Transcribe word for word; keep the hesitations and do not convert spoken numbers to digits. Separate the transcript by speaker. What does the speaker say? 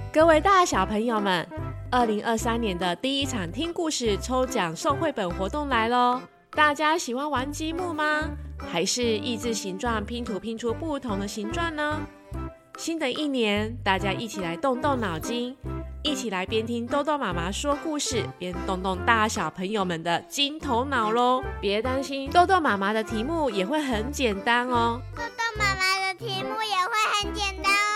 Speaker 1: 各位大小朋友们，二零二三年的第一场听故事抽奖送绘本活动来咯。大家喜欢玩积木吗？还是益智形状拼图拼出不同的形状呢？新的一年，大家一起来动动脑筋，一起来边听豆豆妈妈说故事，边动动大小朋友们的金头脑咯。别担心，豆豆妈妈的题目也会很简单哦。
Speaker 2: 豆豆妈妈的题目也会很简单哦。